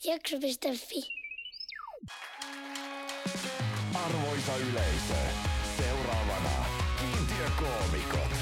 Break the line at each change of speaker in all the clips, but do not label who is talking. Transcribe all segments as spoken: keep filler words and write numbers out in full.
Jakso piste fi.
Arvoisa yleisö, seuraavana kiintiökoomikot.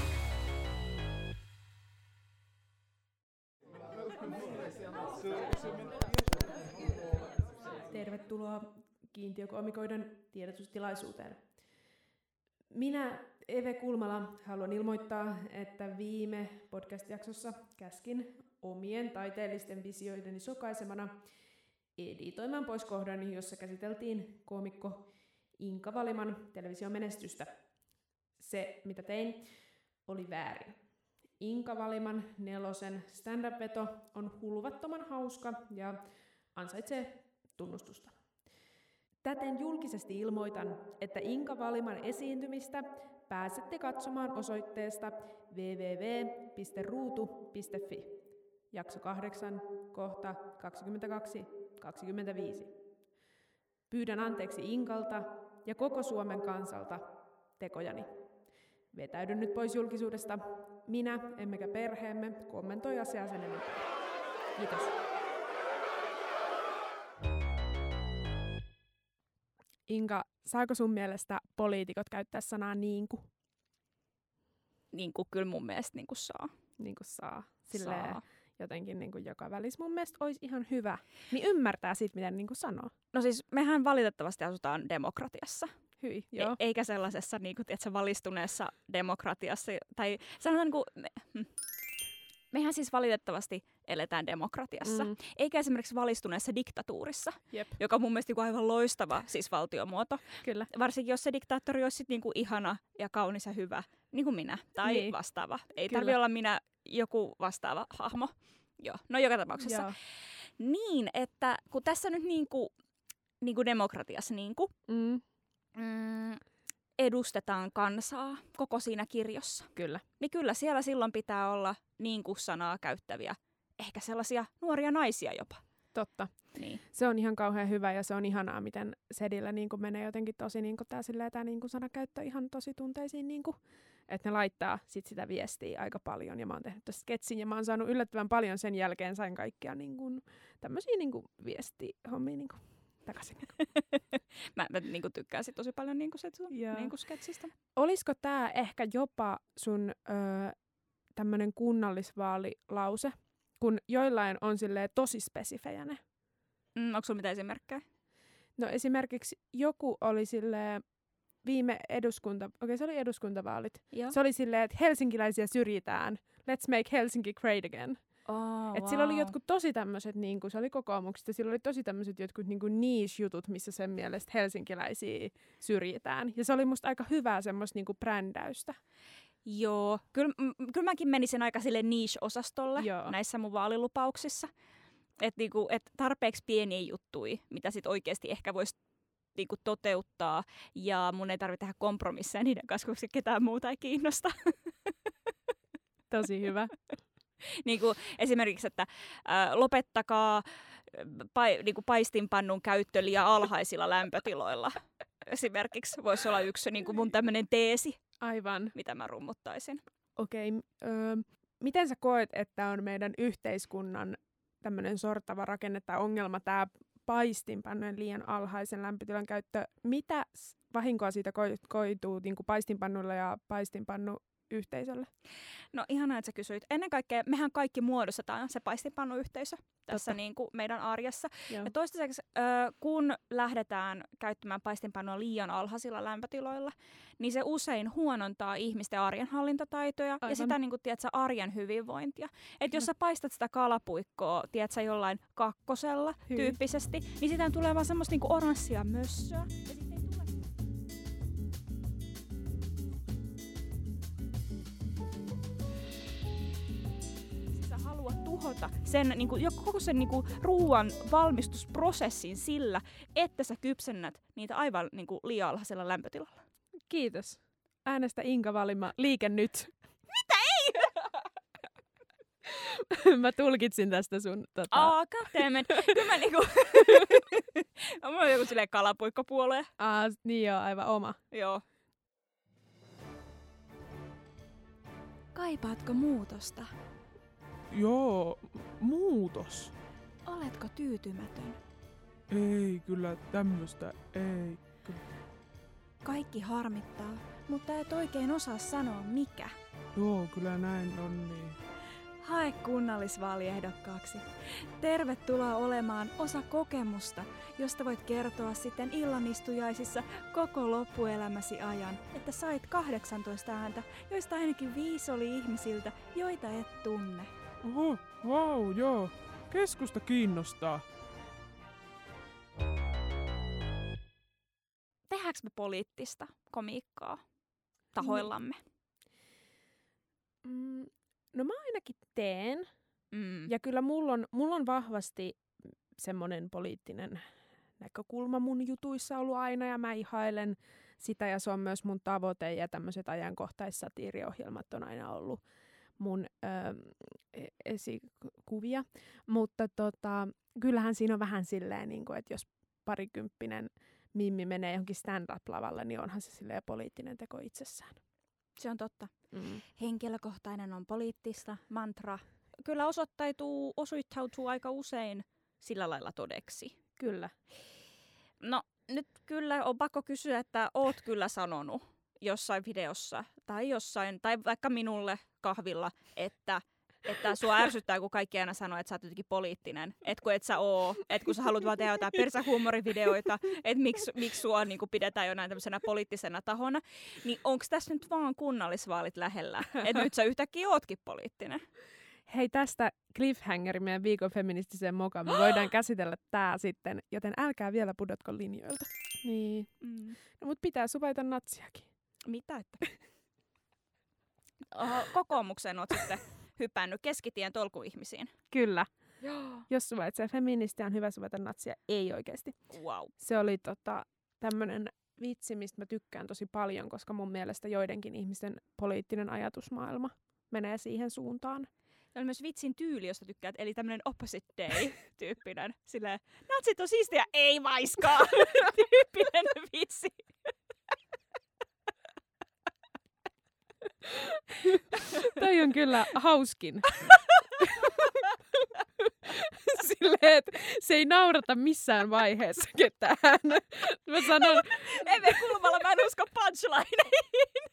Tervetuloa kiintiökoomikoiden tiedotustilaisuuteen. Minä, Eve Kulmala, haluan ilmoittaa, että viime podcast-jaksossa käskin omien taiteellisten visioideni sokaisemana editoimaan pois kohdan, jossa käsiteltiin koomikko Inka Valiman televisiomenestystä. Se, mitä tein, oli väärin. Inka Valiman nelosen stand-up-veto on hulvattoman hauska ja ansaitsee tunnustusta. Täten julkisesti ilmoitan, että Inka Valiman esiintymistä pääsette katsomaan osoitteesta double-u double-u double-u piste ruutu piste fi. Jakso kahdeksan, kohta kaksikymmentäkaksi kaksikymmentäviisi. Pyydän anteeksi Inkalta ja koko Suomen kansalta tekojani. Vetäydyn nyt pois julkisuudesta. Minä, emmekä perheemme, kommentoi asiaa sen enempää. Kiitos. Inka, saako sun mielestä poliitikot käyttää sanaa niinku?
Niinku kyllä mun mielestä niinku saa.
Niinku saa. Silleen
Saa.
jotenkin niinku joka välissä mun mielestä olisi ihan hyvä. Niin ymmärtää sit, miten niinku sanoo.
No siis mehän valitettavasti asutaan demokratiassa.
Hyi, joo.
E- eikä sellaisessa niinku, tiedätkö, valistuneessa demokratiassa. Tai sanotaan niinku, me, hm. mehän siis valitettavasti eletään demokratiassa.
Mm.
Eikä esimerkiksi valistuneessa diktatuurissa,
Jep.
joka on mun mielestä niinku aivan loistava siis valtiomuoto.
Kyllä.
Varsinkin jos se diktaattori olisi sit niinku ihana ja kaunis ja hyvä, niin kuin minä, tai
Niin.
vastaava. Ei
Kyllä.
tarvitse olla minä joku vastaava hahmo. Joo, no joka tapauksessa.
Joo.
Niin, että kun tässä nyt niinku, niinku demokratiassa niinku,
Mm.
mm, edustetaan kansaa koko siinä kirjossa,
Kyllä.
niin kyllä siellä silloin pitää olla niinku-sanaa käyttäviä, ehkä sellaisia nuoria naisia jopa.
Totta.
Niin.
Se on ihan kauhean hyvä ja se on ihanaa, miten Sedillä niin kuin menee jotenkin tosi niin kuin tää, silleen, tää niin kuin sanakäyttö ihan tosi tunteisiin, niin kuin, että ne laittaa sit sitä viestiä aika paljon ja mä oon tehnyt tästä sketsin ja mä oon saanut yllättävän paljon sen jälkeen, sain kaikkia niin kuin, tämmöisiä niin kuin viestihommia niin kuin takaisin.
mä mä niinku tykkään sit tosi paljon niinku sit sun
Joo.
niinku sketsistä.
Olisiko tää ehkä jopa sun öö, tämmönen kunnallisvaalilause, kun joillain on silleen tosi spesifejä ne?
Mm, onko sulla mitään esimerkkejä?
No esimerkiksi joku oli silleen viime eduskunta, okei okay, se oli eduskuntavaalit.
Joo.
Se oli silleen, että helsinkiläisiä syrjitään. Let's make Helsinki great again.
Oh,
Et sillä oli jotkut tosi tämmöiset, niinku, se oli kokoomuksesta, sillä oli tosi tämmöiset jotkut niinku niche-jutut, missä sen mielestä helsinkiläisiä syrjitään. Ja se oli musta aika hyvää semmoista niinku brändäystä.
Joo, kyllä, m- kyllä mäkin menisin aika sille niche-osastolle
Joo.
näissä mun vaalilupauksissa. Että niinku, et tarpeeksi pieniä juttuja, mitä sit oikeasti ehkä voisi niinku toteuttaa. Ja mun ei tarvitse tehdä kompromisseja niiden kanssa, koska ketään muuta ei kiinnosta.
Tosi hyvä.
Niinku esimerkiksi, että ää, lopettakaa pa- niinku paistinpannun käyttö liian alhaisilla lämpötiloilla. Esimerkiksi voisi olla yksi niinku mun tämmöinen teesi,
Aivan.
mitä mä rummuttaisin.
Okei, okay, öö, miten sä koet, että on meidän yhteiskunnan tämmöinen sortava rakenne tai ongelma, tämä paistinpannujen liian alhaisen lämpötilan käyttö? Mitä s- vahinkoa siitä ko- koituu niin kuin paistinpannuilla ja paistinpannuyhteisölle?
No ihanaa, että sä kysyit. Ennen kaikkea mehän kaikki muodostetaan se paistinpannuyhteisö tässä niin kuin meidän arjessa.
Joo.
Ja toistaiseksi, ö, kun lähdetään käyttämään paistinpannua liian alhaisilla lämpötiloilla, niin se usein huonontaa ihmisten arjen hallintataitoja
Aivan.
ja sitä niin kuin, tiedätkö, arjen hyvinvointia. Että jos sä paistat sitä kalapuikkoa, tiedätkö, jollain kakkosella
Hyi.
tyyppisesti, niin siitä tulee vaan semmoista niin kuin oranssia mössöä. Ja sit ei tule... Sä haluat tuhota sen, niin kuin, koko sen niin kuin, ruoan valmistusprosessin sillä, että sä kypsennät niitä aivan niin kuin, liian alhaisella lämpötilalla.
Kiitos. Äänestä Inka Valima. Liike nyt.
Mitä ei?
Mä tulkitsin tästä sun... Tota...
Aa, goddammit. Kyllä mä niinku... Mulla on joku silleen kalapuikkopuolue.
Aa, niin joo, aivan oma.
Joo. Kaipaatko muutosta?
Joo, muutos.
Oletko tyytymätön?
Ei, kyllä tämmöstä ei.
Kaikki harmittaa, mutta et oikein osaa sanoa mikä.
Joo, kyllä näin on niin.
Hae kunnallisvaaliehdokkaaksi. Tervetuloa olemaan osa kokemusta, josta voit kertoa sitten illanistujaisissa koko loppuelämäsi ajan, että sait kahdeksantoista ääntä, joista ainakin viisi oli ihmisiltä, joita et tunne.
Oho, vau, wow, joo. Keskusta kiinnostaa.
Tehdäänkö me poliittista komiikkaa tahoillamme?
Mm, no mä ainakin teen.
Mm.
Ja kyllä mulla on, mulla on vahvasti semmoinen poliittinen näkökulma mun jutuissa ollut aina, ja mä ihailen sitä, ja se on myös mun tavoite, ja tämmöiset ajankohtaissatiiriohjelmat on aina ollut mun ö, esikuvia. Mutta tota, kyllähän siinä on vähän silleen, niin kuin, että jos parikymppinen mimmi menee johonkin stand-up-lavalle, niin onhan se silleen poliittinen teko itsessään.
Se on totta.
Mm.
Henkilökohtainen on poliittista, mantra. Kyllä osoittautuu, osoittautuu aika usein sillä lailla todeksi.
Kyllä.
No nyt kyllä on pakko kysyä, että oot kyllä sanonut jossain videossa tai jossain, tai vaikka minulle kahvilla, että että sua ärsyttää, kun kaikki aina sanoo, että sä oot jotenkin poliittinen. Että kun et sä oo, että kun sä haluat vaan tehdä jotain persähuumorivideoita, että miksi, miksi sua niin kuin pidetään jonain tämmöisenä poliittisena tahona. Niin onko tässä nyt vaan kunnallisvaalit lähellä? Että nyt sä yhtäkkiä ootkin poliittinen.
Hei, tästä cliffhangeri meidän viikon feministiseen mokaan. Me voidaan käsitellä tää sitten, joten älkää vielä pudotko linjoilta. Niin.
Mm.
No, mut pitää suvaita natsiakin.
Mitä? Että? Oho, kokoomukseen oot sitten hypännyt keskitien tolkuihmisiin.
Kyllä.
Joo.
Jos suvaitsee feministiä, on hyvä suvata natsia. Ei oikeasti.
Wow.
Se oli tota, tämmönen vitsi, mistä mä tykkään tosi paljon, koska mun mielestä joidenkin ihmisten poliittinen ajatusmaailma menee siihen suuntaan.
Ja on myös vitsin tyyli, josta tykkäät, eli tämmönen opposite day-tyyppinen. Silleen, natsit on siistiä, ei vaiskaa! Tyyppinen vitsi.
Toi on kyllä hauskin. Silleen, että se ei naurata missään vaiheessa ketään. Mä sanon...
Eve Kulmala, mä en usko punchlineihin.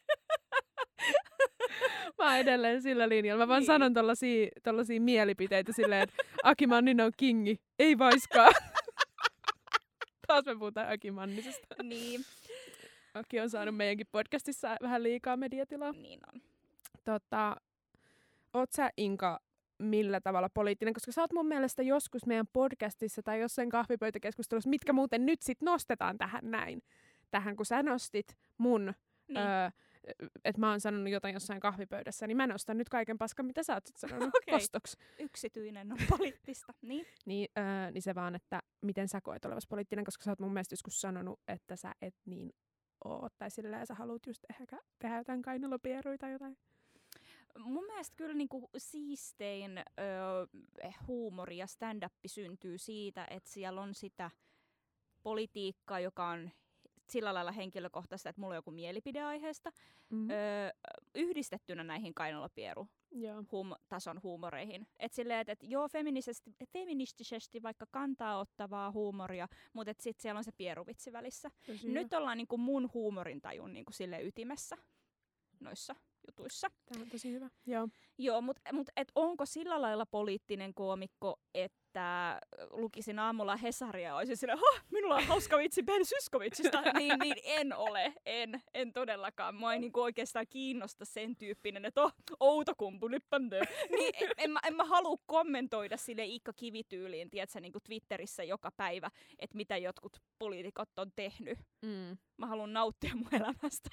Mä oon edelleen sillä linjalla. Mä vaan
niin.
sanon tollasia, tollasia mielipiteitä silleen, että Aki Manninen on kingi. Ei vaiskaa. Taas me puhutaan Aki Mannisesta.
Niin.
Aki on saanut meidänkin podcastissa vähän liikaa mediatilaa.
Niin on.
Tota, oot sä, Inka, millä tavalla poliittinen? Koska sä oot mun mielestä joskus meidän podcastissa tai jossain kahvipöytäkeskustelussa, mitkä muuten nyt sit nostetaan tähän näin. Tähän, kun sä nostit mun,
Niin.
öö, että mä oon sanonut jotain jossain kahvipöydässä, niin mä nostan nyt kaiken paskan, mitä sä oot sit sanonut
Okei.
kostoksi.
Yksityinen on poliittista. Niin.
Niin, öö, niin se vaan, että miten sä koet olevasi poliittinen, koska sä oot mun mielestä joskus sanonut, että sä et niin oo, tai silleen sä haluat just ehkä tehdä jotain kainalopieruita tai jotain.
Mun mielestä kyllä niinku siistein öö, huumori ja stand-up syntyy siitä, että siellä on sitä politiikkaa, joka on sillä lailla henkilökohtaista, että mulla on joku mielipide aiheesta,
Mm-hmm.
öö, yhdistettynä näihin kainalopieru
Joo.
hum- tason huumoreihin. Että silleen, että et, joo, feministisesti, feministisesti vaikka kantaa ottavaa huumoria, mutta sitten siellä on se pieruvitsi välissä.
Tosi
Nyt ollaan niinku mun huumorintajun niinku sille ytimessä noissa jutuissa.
Tämä on tosi hyvä. Joo.
Joo, mutta mut, et onko sillä lailla poliittinen koomikko, että lukisin aamulla Hesaria ja olisin silleen, ha, minulla on hauska vitsi Ben Zyskowiczista. niin, niin en ole, en, en todellakaan. Mua ei niinku oikeastaan kiinnosta sen tyyppinen, että oh, Outokumpu, nyt pandee. Niin en, en, mä, en mä halua kommentoida sille Iikka Kivi-tyyliin, tiedätkö, niinku Twitterissä joka päivä, että mitä jotkut poliitikot on tehnyt.
Mm.
Mä haluan nauttia mun elämästä.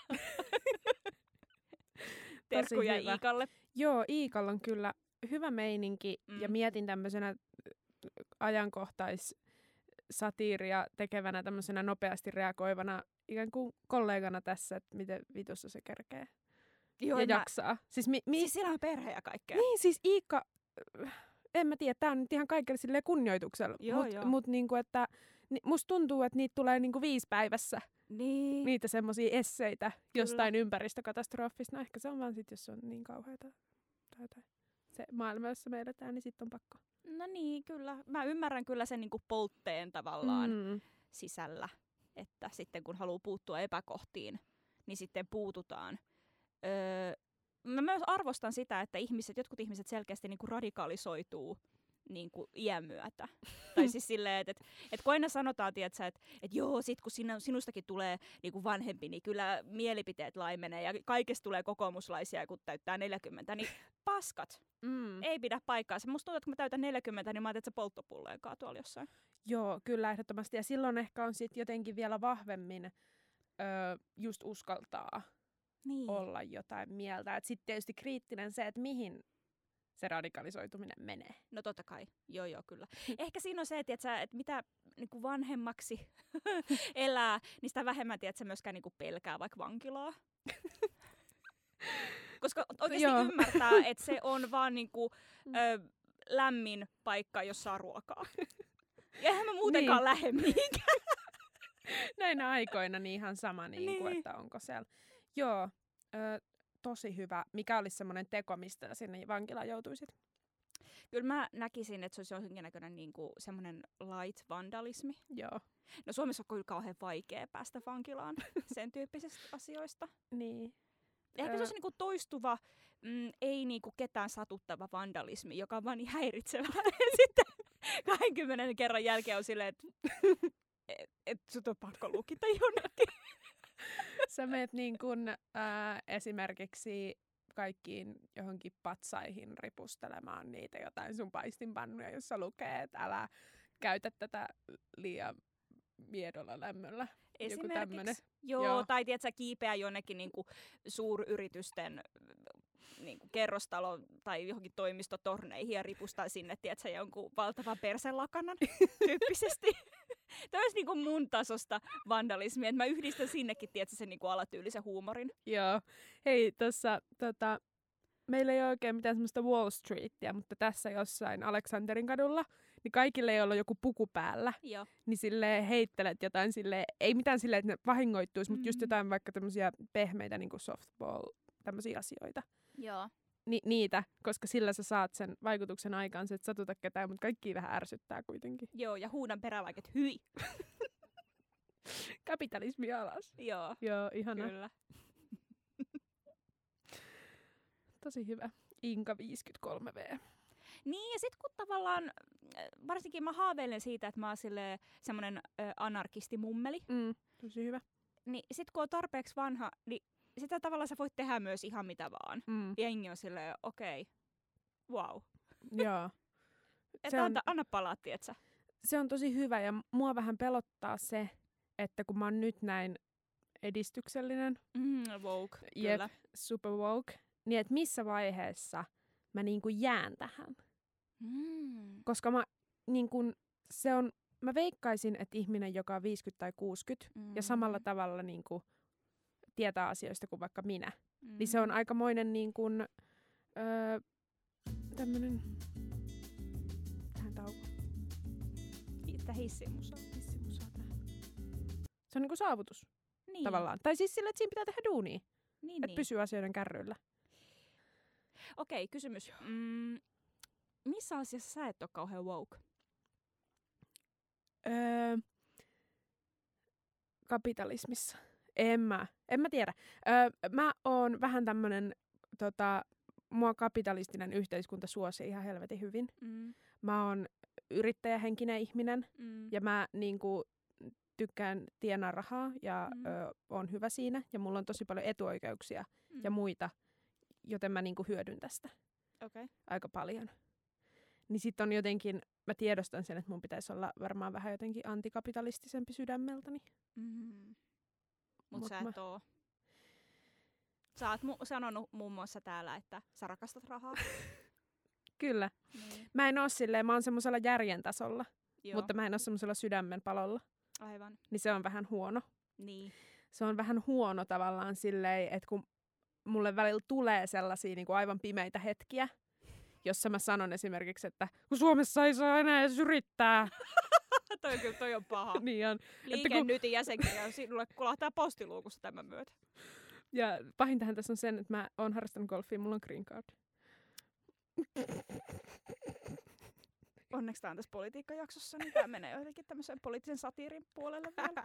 Terkkuja
hyvä.
Iikalle.
Joo, Iikalla on kyllä hyvä meininki mm. ja mietin tämmöisenä ajankohtaissatiiria tekevänä tämmöisenä nopeasti reagoivana ikään kuin kollegana tässä, että miten vitussa se kerkee
Joo,
ja
mä,
jaksaa. Siis, mi, mi,
siis siellä on perhe ja kaikkea.
niin, siis Iikka, en mä tiedä, tää on nyt ihan kaikille silleen kunnioituksella,
Joo,
mut,
joo.
mut niinku, että ni, musta tuntuu, että niitä tulee niinku viisi päivässä.
Niin.
Niitä semmosia esseitä jostain ympäristökatastrofista. No ehkä se on vaan sit, jos se on niin kauheata tai jotain. Se maailma, jossa me eletään, niin sit on pakko.
No niin, kyllä. Mä ymmärrän kyllä sen niinku poltteen tavallaan
Mm.
sisällä, että sitten kun haluaa puuttua epäkohtiin, niin sitten puututaan. Öö, mä myös arvostan sitä, että ihmiset, jotkut ihmiset selkeästi niinku radikalisoituu niinku iän myötä. Tai siis silleen, että et, et kun aina sanotaan, tiiätsä, että et joo, sit kun sinä, sinustakin tulee niinku vanhempi, niin kyllä mielipiteet laimenee ja kaikesta tulee kokoomuslaisia, kun täyttää neljäkymmentä, niin paskat.
Mm.
Ei pidä paikkaansa. Musta tuntuu, että kun mä täytän neljäkymmentä, niin mä ajattelin, että se polttopullojenkaan tuolla jossain.
Joo, kyllä ehdottomasti. Ja silloin ehkä on sit jotenkin vielä vahvemmin öö, just uskaltaa
Niin.
olla jotain mieltä. Sitten tietysti kriittinen se, että mihin se radikalisoituminen menee.
No totta kai, joo joo kyllä. Ehkä siinä on se, että, sä, että mitä niin kuin vanhemmaksi elää, niin sitä vähemmän tiedät, sä myöskään niin kuin pelkää vaikka vankilaa. Koska oikeasti
Joo.
ymmärtää, että se on vaan niin kuin, ö, lämmin paikka, jossa saa ruokaa. Ja eihän mä muutenkaan
Niin.
lähde mihinkään.
Näinä aikoina niin ihan sama, niin kuin,
Niin.
että onko siellä. Joo, ö, tosi hyvä. Mikä olisi semmoinen teko, mistä sinne vankilaan joutuisit?
Kyllä mä näkisin, että se olisi jonkinnäköinen niin kuin semmoinen light vandalismi.
Joo.
No Suomessa on kyllä kauhean vaikea päästä vankilaan sen tyyppisistä asioista.
Niin.
Ehkä
Ö-
se olisi niinku toistuva, mm, ei niinku ketään satuttava vandalismi, joka on vaan niin häiritsevä. Sitten kaksikymmentä kerran jälkeen on silleen, että et, et sut on pakko lukita jonnekin.
Sä meet niin kuin, äh, esimerkiksi kaikkiin johonkin patsaihin ripustelemaan niitä jotain sun paistinpannuja, jossa lukee, että älä käytä tätä liian miedolla lämmöllä. Joku tämmönen.
Esimerkiksi. Joo,
Joo.
tai tiedät sä kiipeä jonnekin niinku suuryritysten niinku kerrostalo tai johonkin toimistotorneihin ja ripustaa sinne, tiedät sä, jonkun valtavan perselakanan tyyppisesti. Tämä olisi niinku mun tasosta vandalismia, että mä yhdistän sinnekin, tiedät sä, sen niinku alatyylisen huumorin.
Joo. Hei, tossa, tota, meillä ei ole oikein mitään semmoista Wall Streetia, mutta tässä jossain Aleksanterin kadulla, niin kaikille ei ole joku puku päällä,
Joo.
niin sille heittelet jotain sille, ei mitään silleen, että ne vahingoittuisi, mutta just
Mhm.
jotain vaikka tämmöisiä pehmeitä niin kuin softball, tämmöisiä asioita.
Joo.
Ni- niitä, koska sillä sä saat sen vaikutuksen aikaan, se et satuta ketään, mutta kaikki vähän ärsyttää kuitenkin.
Joo, ja huudan perään vaikka, että hyi.
Kapitalismi alas.
Joo,
Joo, ihana.
kyllä.
Tosi hyvä. Inka viisikymmentäkolme V.
Niin, ja sit kun tavallaan, äh, varsinkin mä haaveilen siitä, että mä oon silleen semmonen äh, anarkistimummeli,
Mm, tosi hyvä.
niin sit kun on tarpeeksi vanha, niin sitä tavallaan sä voit tehdä myös ihan mitä vaan.
Mm,
Ja jengi on silleen, okei, okay, wow.
joo.
Että
Se on-
anna, anna palaa, tietsä.
Se on tosi hyvä ja mua vähän pelottaa se, että kun mä oon nyt näin edistyksellinen,
Mm, woke,
Jep.
kyllä.
super woke, niin että missä vaiheessa mä niinku jään tähän.
Mm.
Koska mä, niinku, se on, mä veikkaisin, että ihminen, joka on viisikymmentä tai kuusikymmentä
Mm.
ja samalla tavalla niinku, tietää asioista kuin vaikka minä,
Mm.
niin se on aikamoinen niinku, öö, tämmönen, tähän tauko.
Sitä hissimusaa.
Hissimusaa tähän. Se on niinku saavutus
Niin.
tavallaan. Tai siis sillä, että siinä pitää tehdä duunia,
Niin,
että
niin.
pysyy asioiden kärryillä.
Okei, kysymys. Mm, missä asiassa sä et ole kauhean woke?
Öö, kapitalismissa. En mä. En mä tiedä. Öö, mä oon vähän tämmönen, tota, mua kapitalistinen yhteiskunta suosii ihan helvetin hyvin.
Mm.
Mä oon yrittäjähenkinen ihminen
Mm.
ja mä niinku tykkään tienaa rahaa ja
Mm.
ö, oon hyvä siinä. Ja mulla on tosi paljon etuoikeuksia
Mm.
ja muita, joten mä niinku hyödyn tästä
Okei.
aika paljon. Niin sit on jotenkin, mä tiedostan sen, että mun pitäisi olla varmaan vähän jotenkin antikapitalistisempi sydämeltäni.
Mm. Mut,
Mut
sä
mä-
et oo. Sä oot mu- sanonut muun muassa täällä, että sä rakastat rahaa.
Kyllä.
niin.
Mä en oo silleen, mä oon semmosella järjen tasolla,
Joo,
mutta mä en oo semmosella sydämen palolla.
aivan.
Niin se on vähän huono.
Niin.
Se on vähän huono tavallaan silleen, että kun mulle välillä tulee sellaisia niin kuin aivan pimeitä hetkiä, jossa mä sanon esimerkiksi, että kun Suomessa ei saa enää edes yrittää.
toi, on kyllä- toi on paha.
Niin on.
Liikennytin jäsenkirja sinulle kulahtaa postiluukussa tämän myötä.
Ja pahintahan tässä on sen, että mä oon harrastanut golfia, mulla on green card.
Onneksi tämä on tässä politiikkajaksossa, niin tämä menee jotenkin tämmöisen poliittisen satiirin puolelle vielä.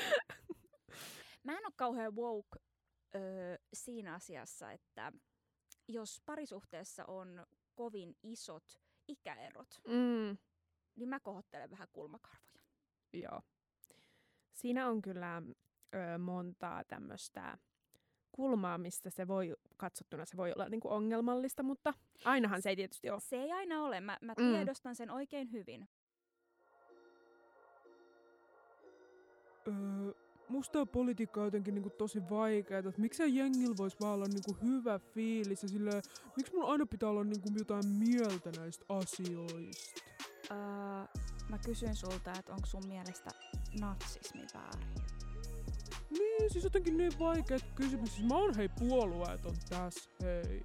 Mä en ole kauhean woke öö, siinä asiassa, että jos parisuhteessa on kovin isot ikäerot,
Mm,
niin mä kohottelen vähän kulmakarvoja.
joo. Siinä on kyllä ö, montaa tämmöistä kulmaa, mistä se voi, katsottuna se voi olla niinku ongelmallista, mutta ainahan se ei tietysti ole.
Se ei aina ole. Mä, mä
Mm.
tiedostan sen oikein hyvin.
Öö, musta tää politiikka on jotenkin niinku tosi vaikeaa, että miksei jengillä vois vaan olla niinku hyvä fiilis ja silleen, miksi mun aina pitää olla niinku jotain mieltä näistä asioista?
Öö, mä kysyn sulta, että onko sun mielestä natsismi väärin?
Niin, siis jotenkin niin vaikeat kysymys. Siis mä oon hei puolueeton tässä, hei.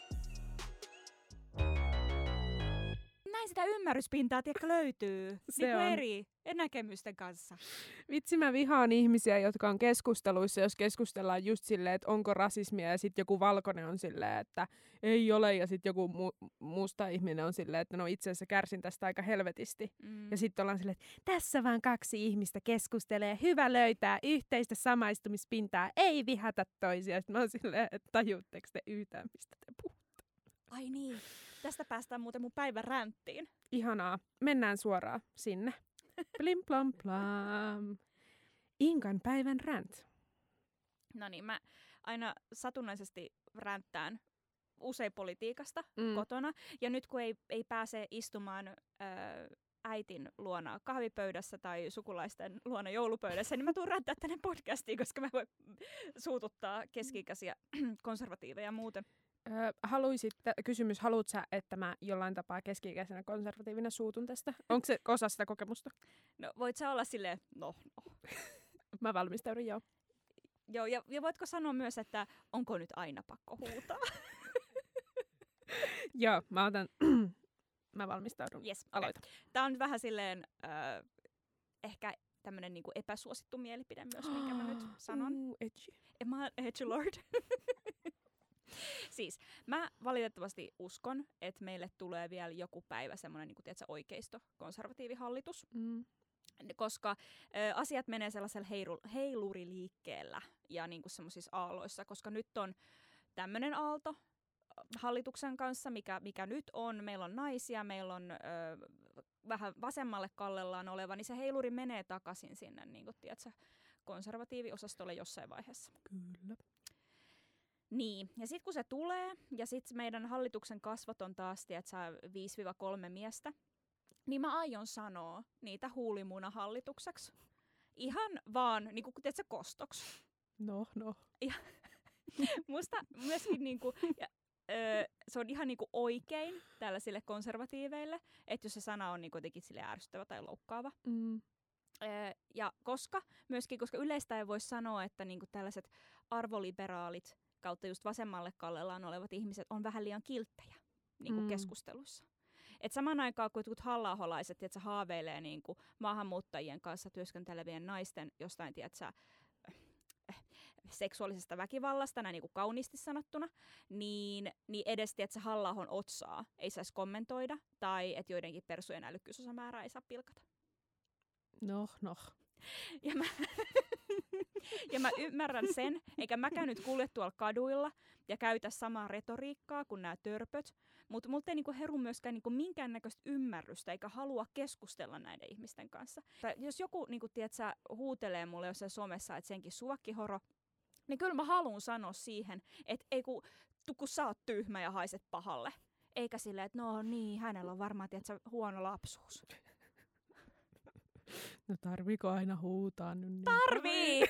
Näin sitä ymmärryspintaa tiedätkö, löytyy
Se
niin
on.
eri näkemysten kanssa.
Vitsi, mä vihaan ihmisiä, jotka on keskusteluissa, jos keskustellaan just silleen, että onko rasismia, ja sitten joku valkoinen on silleen, että ei ole, ja sitten joku mu- musta ihminen on silleen, että no itse asiassa kärsin tästä aika helvetisti.
Mm.
Ja sitten ollaan silleen, että tässä vaan kaksi ihmistä keskustelee, hyvä löytää yhteistä samaistumispintaa, ei vihata toisia. Sitten mä oon silleen, että tajuutteko te yhtään, mistä te puhutte?
Ai niin, tästä päästään muuten mun päivän ränttiin.
Ihanaa, mennään suoraan sinne. Plim plam plam. Inkan päivän rant.
No niin, mä aina satunnaisesti ränttään usein politiikasta
Mm.
kotona. Ja nyt kun ei, ei pääse istumaan ö, äitin luona kahvipöydässä tai sukulaisten luona joulupöydässä, niin mä tuun ränttää tänne podcastiin, koska mä voin suututtaa keski-ikäisiä konservatiiveja ja muuten.
Öö, haluisit, kysymys, haluat sä, että mä jollain tapaa keski-ikäisenä konservatiivina suutun tästä? Onko se osa sitä kokemusta?
No voit sä olla silleen, no, no.
Mä valmistaudun, joo.
Joo, ja, ja voitko sanoa myös, että onko nyt aina pakko huutaa?
Joo, mä otan, mä valmistaudun.
Yes,
Aloita.
Tämä on vähän silleen äh, ehkä tämmöinen niinku epäsuosittu mielipide myös, minkä mä nyt sanon.
Uh, edgy.
Mä oon edgelord. Siis mä valitettavasti uskon, että meille tulee vielä joku päivä semmoinen niinku, tiedätkö, oikeisto, konservatiivihallitus.
Mm.
Koska ö, asiat menee sellaisella heiru, heiluriliikkeellä ja niinku semmoisissa aalloissa, koska nyt on tämmöinen aalto hallituksen kanssa, mikä, mikä nyt on. Meillä on naisia, meillä on ö, vähän vasemmalle kallellaan oleva, niin se heiluri menee takaisin sinne niin kuin, tiedätkö, konservatiiviosastolle jossain vaiheessa.
Kyllä.
Niin, ja sitten kun se tulee, ja sitten meidän hallituksen kasvot on taas, tiedätkö, viisi kolme miestä, niin mä aion sanoa niitä huulimunahallitukseksi. Ihan vaan, niin kuin, tiedätkö, kostoksi.
No, no.
Ja musta myöskin niinku, ja, ö, se on ihan niinku oikein tällaisille konservatiiveille, että jos se sana on niinku jotenkin sille ärsyttävä tai loukkaava.
Mm.
Ö, ja koska myöskin, koska yleistä ei voi sanoa, että niinku tällaiset arvoliberaalit kautta just vasemmalle kallellaan olevat ihmiset on vähän liian kilttejä niinku
Mm.
keskusteluissa. Et samaan aikaan, kun jotkut halla-aholaiset, että haaveilee niinku maahanmuuttajien kanssa työskentelevien naisten jostain, tiedätkö, seksuaalisesta väkivallasta, näin niin kuin kauniisti sanottuna, niin, niin edes tiedätkö, halla-ahon otsaa ei saisi kommentoida, tai että joidenkin persujen älykkyysosamäärää ei saa pilkata.
No, no.
Ja mä, ja mä ymmärrän sen, eikä mäkään nyt kulje tuolla kaduilla ja käytä samaa retoriikkaa kuin nämä törpöt, mutta multa ei niinku heru myöskään niinku minkäännäköistä ymmärrystä eikä halua keskustella näiden ihmisten kanssa. Tai jos joku niinku, tiedätkö, huutelee mulle jossain somessa, että senkin suvakkihoro, niin kyllä mä haluan sanoa siihen, että ei kun, kun sä oot tyhmä ja haiset pahalle. Eikä silleen, että no niin, hänellä on varmaan tiedätkö, huono lapsuus.
No tarviiko aina huutaa nyt niin?
Tarvii!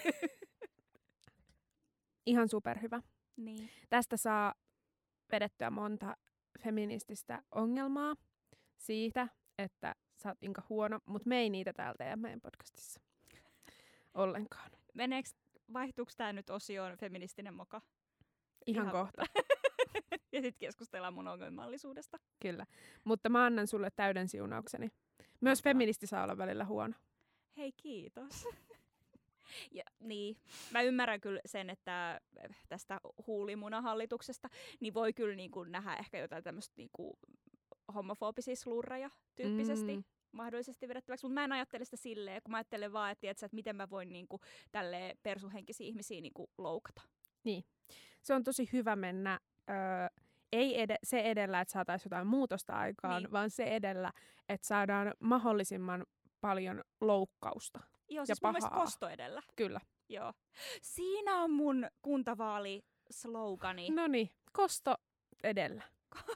Ihan superhyvä.
Niin.
Tästä saa vedettyä monta feminististä ongelmaa siitä, että sä oot Inka huono, mutta me ei niitä täältä ja meidän podcastissa ollenkaan.
Meneekö, vaihtuuko tämä nyt osioon feministinen moka?
Ihan,
Ihan-
kohta,
Ja sitten keskustellaan mun ongelmallisuudesta.
kyllä. Mutta mä annan sulle täyden siunaukseni. Myös
Mahtavaa.
feministi saa olla välillä huono.
Hei, kiitos. Ja, niin, mä ymmärrän kyllä sen, että tästä huulimunahallituksesta niin voi kyllä niin kuin nähdä ehkä jotain tämmöistä niin kuin homofobisia slurreja tyyppisesti.
Mm.
Mahdollisesti vedettäväksi, mutta mä en ajattele sitä silleen, kun mä ajattelen vaan, että, tiiätkö, että miten mä voin niinku, tälleen persuhenkisiä ihmisiä niinku, loukata.
Se on tosi hyvä mennä, öö, ei ed- se edellä, että saataisiin jotain muutosta aikaan,
Niin.
vaan se edellä, että saadaan mahdollisimman paljon loukkausta.
Joo, siis mun mielestä
pahaa.
kosto edellä.
Kyllä.
Joo. Siinä on mun kuntavaali-slogani.
Noniin, kosto edellä.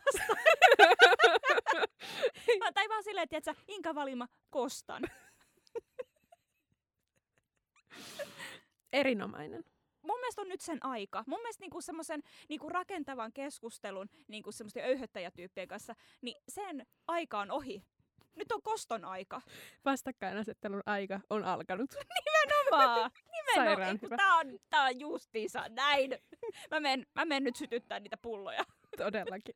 Tai vaan silleen, että tiiätkö, Inka valima kostan.
Erinomainen.
Mun mielestä on nyt sen aika. Mun mielestä niinku semmoisen niinku rakentavan keskustelun niinku semmoisten öyhöttäjätyyppien kanssa, niin sen aika on ohi. Nyt on koston aika.
Vastakkainasettelun aika on alkanut.
Nimenomaan.
Sairaan
Nimenomaan.
hyvä.
Tää on, tää on justiinsa näin. Mä menen, mä menen nyt sytyttää niitä pulloja.
Todellakin.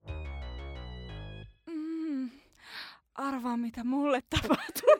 Mm, arvaa, mitä mulle tapahtuu.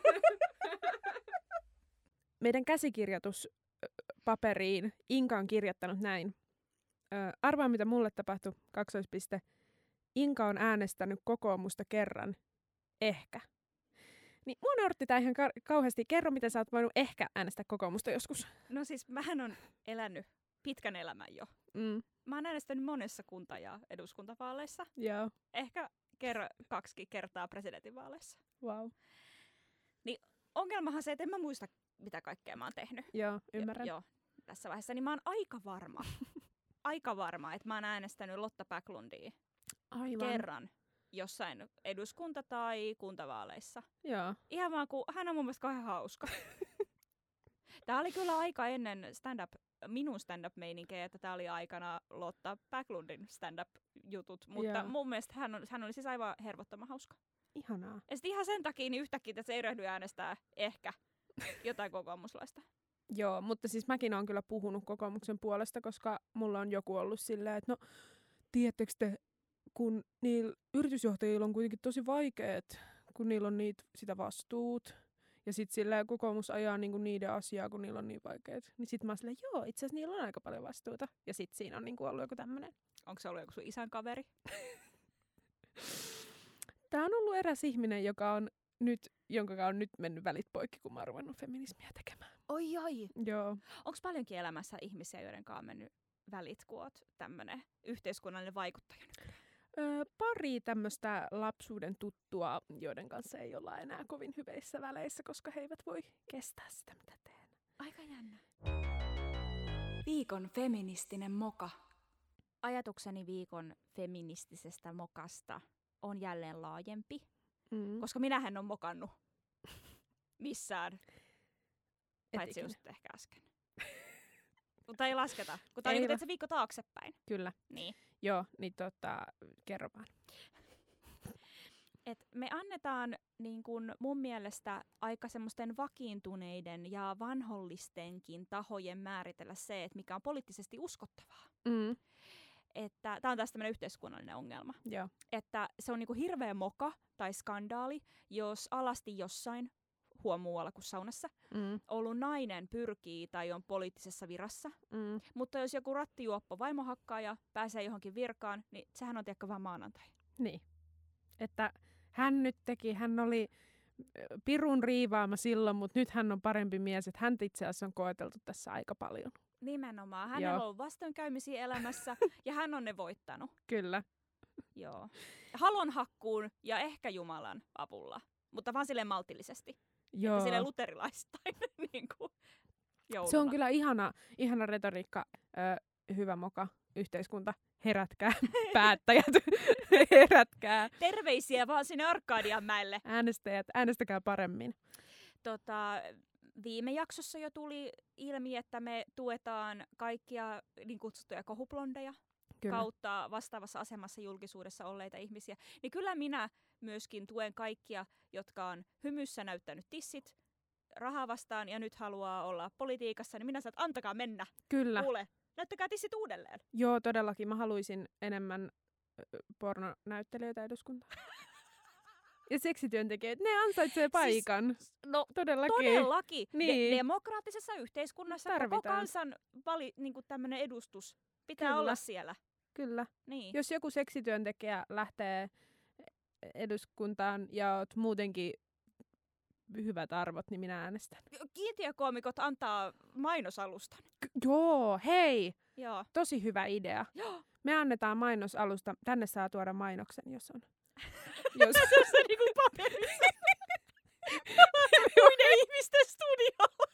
Meidän käsikirjoituspaperiin Inka on kirjoittanut näin. Ö, arvaa, mitä mulle tapahtui, kaksoispiste. Inka on äänestänyt kokoomusta kerran. Ehkä. Niin mua nauratti tää ihan ka- kauheasti. Kerro, miten sä oot voinut ehkä äänestää kokoomusta joskus.
No siis mähän on elänyt pitkän elämän jo.
Mm,
Mä oon äänestänyt monessa kunta- ja eduskuntavaaleissa.
joo,
Ehkä ker- kaksi kertaa presidentinvaaleissa.
wow.
Ongelmahan se, että en mä muista, mitä kaikkea mä oon tehnyt.
Joo, ymmärrän.
Jo, joo, tässä vaiheessa. Niin mä oon aika varma, aika varma, että mä oon äänestänyt Lotta Backlundia
Aivan.
kerran jossain eduskunta- tai kuntavaaleissa.
Joo.
Ihan vaan, kun hän on mun mielestä kauhean hauska. Tää oli kyllä aika ennen stand-up, minun stand-up-meininkejä, että tää oli aikana Lotta Backlundin stand-up-jutut. Mutta
Joo.
mun mielestä hän, on, hän oli siis aivan hervottoman hauska.
Ihanaa.
Ja sitten ihan sen takia niin yhtäkkiä, että se erehdy äänestää ehkä jotain kokoomuslaista.
Joo, mutta siis mäkin oon kyllä puhunut kokoomuksen puolesta, koska mulla on joku ollut silleen, että no, tiedättekö te, kun niillä yritysjohtajilla on kuitenkin tosi vaikeet, kun niillä on niitä, sitä vastuut. Ja sit silleen kokoomus ajaa niinku niiden asiaa, kun niillä on niin vaikeet. Niin sit mä oon silleen, joo, itse asiassa niillä on aika paljon vastuuta. Ja sit siinä on niinku ollut joku tämmönen.
Onko se ollut joku sun isän kaveri?
Tää on ollut eräs ihminen, joka on nyt, jonka on nyt mennyt välit poikki, kun mä oon ruvennut feminismiä tekemään.
Oi oi.
Joo.
Onko paljonkin elämässä ihmisiä, joiden kanssa on mennyt välit, kun oot tämmönen yhteiskunnallinen vaikuttaja nykyään?
Öö, pari tämmöistä lapsuuden tuttua, joiden kanssa ei olla enää kovin hyveissä väleissä, koska he eivät voi kestää sitä, mitä teen.
Aika jännä. Viikon feministinen moka. Ajatukseni viikon feministisestä mokasta on jälleen laajempi,
Mm.
koska minähän on mokannut missään, paitsi
ikinä.
just ehkä äsken. Mutta ei lasketa, kun tää
Ei
oli
la-
se viikko taaksepäin.
Kyllä.
Niin.
Joo, niin tota, kerro vaan.
Et me annetaan niin kun mun mielestä aika semmoisten vakiintuneiden ja vanhollistenkin tahojen määritellä se, että mikä on poliittisesti uskottavaa.
Mm.
Että tää on taas tämmöinen yhteiskunnallinen ongelma.
Joo.
Että se on niinku hirveä moka tai skandaali, jos alasti jossain, huom muualla kuin saunassa,
Mm.
ollut nainen pyrkii tai on poliittisessa virassa.
Mm.
Mutta jos joku rattijuoppo vaimohakkaaja pääsee johonkin virkaan, niin sehän on tiekkä vaan maanantai.
Niin. Että hän nyt teki, hän oli ö, pirun riivaama silloin, mutta nyt hän on parempi mies, että hän itse asiassa on koeteltu tässä aika paljon.
Nimenomaan. Hänellä
Joo.
on ollut vastoinkäymisiä elämässä ja hän on ne voittanut.
Kyllä.
Joo. Halon hakkuun ja ehkä Jumalan avulla, mutta vaan silleen maltillisesti.
Joo.
Ja silleen luterilaistain niin kuin jouluna.
Se on kyllä ihana, ihana retoriikka, ö, hyvä moka, yhteiskunta. Herätkää, päättäjät, herätkää.
Terveisiä vaan sinne Arkadianmäelle.
Äänestäjät, äänestäkää paremmin.
Tota, viime jaksossa jo tuli ilmi, että me tuetaan kaikkia niin kutsuttuja kohublondeja
Kyllä.
kautta vastaavassa asemassa julkisuudessa olleita ihmisiä. Niin kyllä minä myöskin tuen kaikkia, jotka on hymyssä näyttänyt tissit rahaa vastaan ja nyt haluaa olla politiikassa, niin minä sanon, että antakaa mennä.
Kyllä.
Kuule, näyttäkää tissit uudelleen.
Joo, todellakin. Mä haluaisin enemmän ö, pornonäyttelijöitä eduskuntaan. Ja seksityöntekijöitä, ne ansaitsee paikan.
No
Todellakin.
todellakin.
Niin.
De- demokraattisessa yhteiskunnassa koko
Tarvitaan.
kansan vali, niinku tämmönen edustus pitää
Kyllä.
olla siellä.
Kyllä.
Niin.
Jos joku seksityöntekijä lähtee eduskuntaan ja oot muutenkin hyvät arvot, niin minä äänestän.
Kiintiökoomikot antaa mainosalustan.
K- joo, hei!
Joo.
Tosi hyvä idea.
Joo.
Me annetaan mainosalusta. Tänne saa tuoda mainoksen, jos on. Jos...
Se on se niinku paperissa. Muiden ihmisten studiolla.